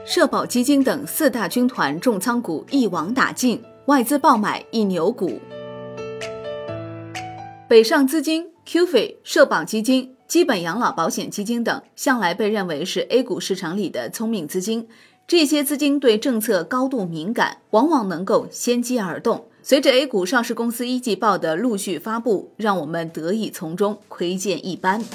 社保基金等4大军团重仓股一网打尽，外资爆买一牛股。北上资金、QF、社保基金、基本养老保险基金等向来被认为是 A 股市场里的聪明资金，这些资金对政策高度敏感，往往能够先机而动。随着 A 股上市公司一季报的陆续发布，让我们得以从中窥见一斑。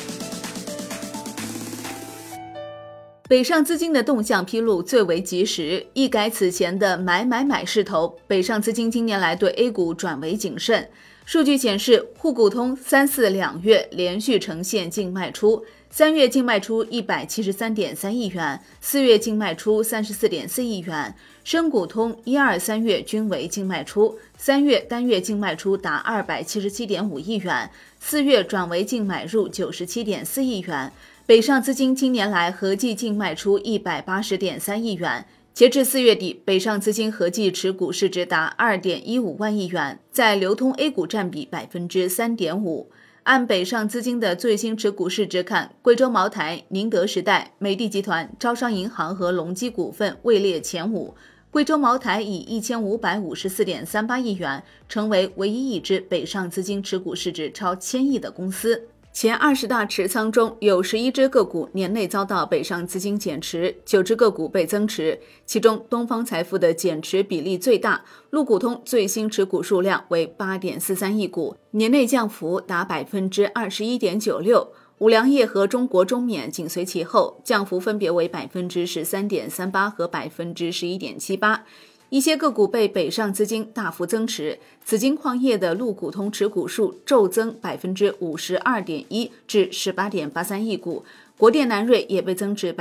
北上资金的动向披露最为及时，一改此前的买势头，北上资金今年来对 A 股转为谨慎。数据显示，沪股通3、4两月连续呈现净卖出，3月净卖出 173.3 亿元，4月净卖出 34.4 亿元，深股通1、2、3月均为净卖出，3月单月净卖出达 277.5 亿元，4月转为净买入 97.4 亿元。北上资金今年来合计净卖出 180.3 亿元，截至4月底，北上资金合计持股市值达 2.15 万亿元，在流通 A 股占比 3.5%。按北上资金的最新持股市值看，贵州茅台、宁德时代、美的集团、招商银行和隆基股份位列前5。贵州茅台以 1554.38 亿元成为唯一一支北上资金持股市值超1000亿的公司。前20大持仓中有11只个股年内遭到北上资金减持，9只个股被增持，其中东方财富的减持比例最大，陆股通最新持股数量为 8.43 亿股，年内降幅达 21.96%， 五粮液和中国中免紧随其后，降幅分别为 13.38% 和 11.78%。一些个股被北上资金大幅增持，紫金矿业的陆股通持股数骤增 52.1% 至 18.83 亿股，国电南锐也被增至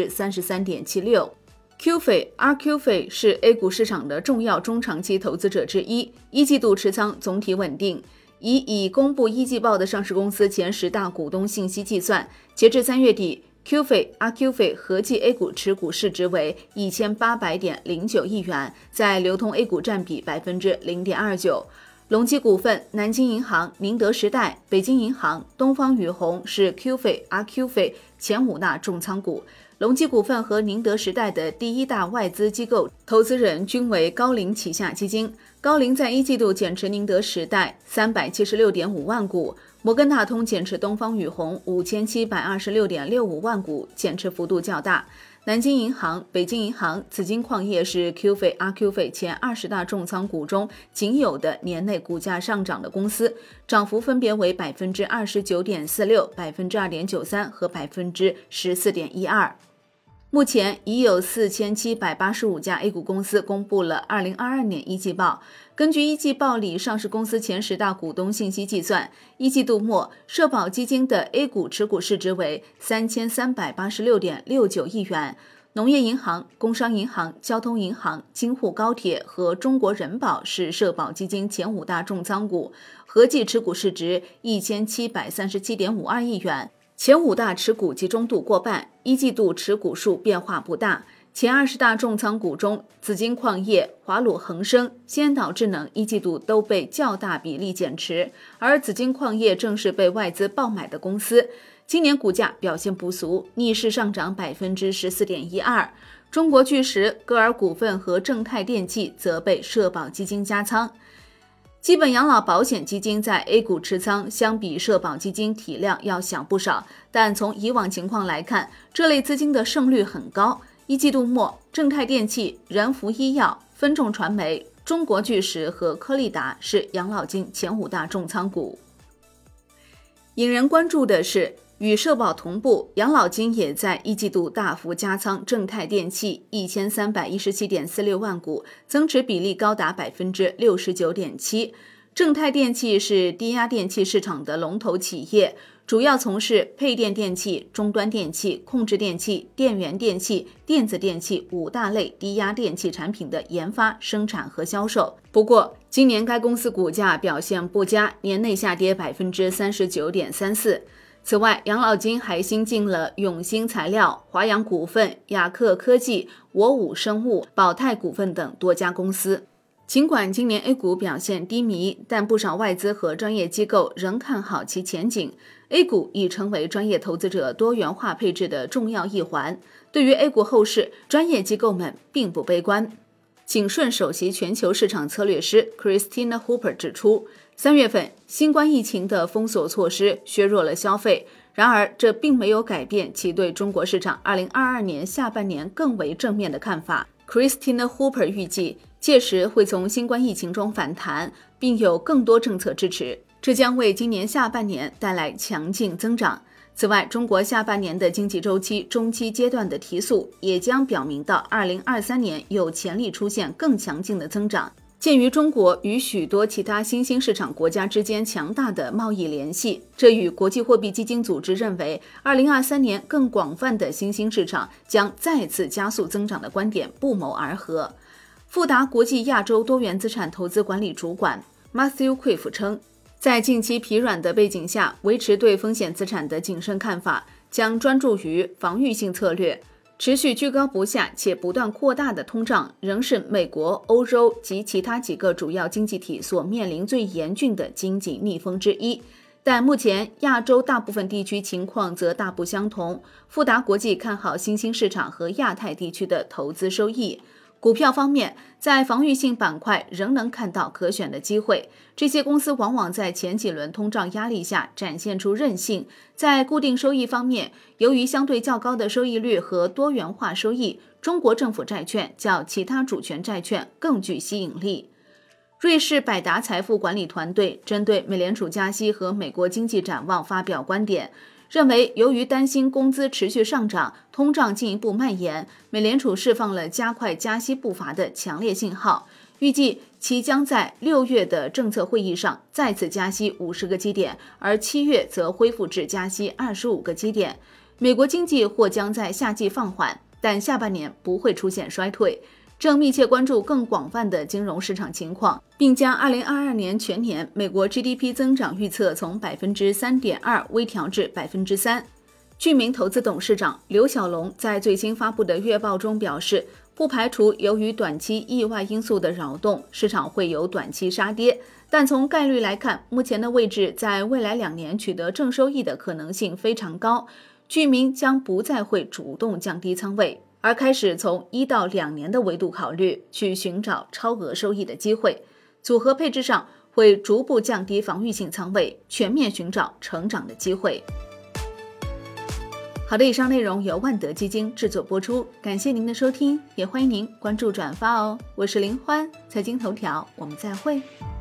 33.76%。QF、RQF 是 A 股市场的重要中长期投资者之一，一季度持仓总体稳定。已公布一季报的上市公司前10大股东信息计算，截至3月底，QF、RQF 合计 A 股持股市值为 1800.09 亿元，在流通 A 股占比 0.29%。隆基股份、南京银行、宁德时代、北京银行、东方雨虹是 QF、RQF 前5大重仓股。隆基股份和宁德时代的第1大外资机构投资人均为高瓴旗下基金，高瓴在一季度减持宁德时代 376.5 万股，摩根大通减持东方雨虹 5726.65 万股，减持幅度较大。南京银行、北京银行、紫金矿业是 QF、RQF 前20大重仓股中仅有的年内股价上涨的公司，涨幅分别为 29.46%、2.93% 和 14.12%。目前已有4785家 A 股公司公布了2022年一季报。根据一季报里上市公司前10大股东信息计算，一季度末社保基金的 A 股持股市值为 3386.69 亿元，农业银行、工商银行、交通银行、京沪高铁和中国人保是社保基金前5大重仓股，合计持股市值 1737.52 亿元。前5大持股集中度过半，一季度持股数变化不大。前20大重仓股中，紫金矿业、华鲁恒生、先导智能一季度都被较大比例减持，而紫金矿业正是被外资爆买的公司，今年股价表现不俗，逆势上涨 14.12%。中国巨石、歌尔股份和正泰电器则被社保基金加仓。基本养老保险基金在 A 股持仓相比社保基金体量要小不少，但从以往情况来看，这类资金的胜率很高。一季度末，正泰电器、仁孚医药、分众传媒、中国巨石和科利达是养老金前5大重仓股。引人关注的是，与社保同步，养老金也在一季度大幅加仓正泰电器 1317.46 万股，增持比例高达 69.7%。正泰电器是低压电器市场的龙头企业，主要从事配电电器、终端电器、控制电器、电源电器、电子电器5大类低压电器产品的研发、生产和销售。不过，今年该公司股价表现不佳，年内下跌 39.34%。此外，养老金还新进了永兴材料、华阳股份、雅克科技、我武生物、宝泰股份等多家公司。 尽管今年 A 股表现低迷，但不少外资和专业机构仍看好其前景。A 股已成为专业投资者多元化配置的重要一环。对于 A 股后市，专业机构们并不悲观。景顺首席全球市场策略师 Christina Hooper 指出，3月份新冠疫情的封锁措施削弱了消费，然而这并没有改变其对中国市场2022年下半年更为正面的看法。Christina Hooper 预计，届时会从新冠疫情中反弹，并有更多政策支持，这将为今年下半年带来强劲增长。此外，中国下半年的经济周期中期阶段的提速也将表明到2023年有潜力出现更强劲的增长。鉴于中国与许多其他新兴市场国家之间强大的贸易联系，这与国际货币基金组织认为2023年更广泛的新兴市场将再次加速增长的观点不谋而合。富达国际亚洲多元资产投资管理主管 Matthew Quiff 称，在近期疲软的背景下，维持对风险资产的谨慎看法，将专注于防御性策略。持续居高不下且不断扩大的通胀仍是美国、欧洲及其他几个主要经济体所面临最严峻的经济逆风之一。但目前亚洲大部分地区情况则大不相同。富达国际看好新兴市场和亚太地区的投资收益。股票方面，在防御性板块仍能看到可选的机会，这些公司往往在前几轮通胀压力下展现出韧性。在固定收益方面，由于相对较高的收益率和多元化收益，中国政府债券较其他主权债券更具吸引力。瑞士百达财富管理团队针对美联储加息和美国经济展望发表观点，认为由于担心工资持续上涨，通胀进一步蔓延，美联储释放了加快加息步伐的强烈信号，预计其将在6月的政策会议上再次加息50个基点，而7月则恢复至加息25个基点。美国经济或将在夏季放缓，但下半年不会出现衰退。正密切关注更广泛的金融市场情况，并将2022年全年美国 GDP 增长预测从 3.2% 微调至 3%。聚明投资董事长刘小龙在最新发布的月报中表示，不排除由于短期意外因素的扰动，市场会有短期杀跌，但从概率来看，目前的位置在未来2年取得正收益的可能性非常高。聚明将不再会主动降低仓位，而开始从1到2年的维度考虑，去寻找超额收益的机会。组合配置上会逐步降低防御性仓位，全面寻找成长的机会。好的，以上内容由万德基金制作播出，感谢您的收听，也欢迎您关注转发哦。我是林欢，财经头条，我们再会。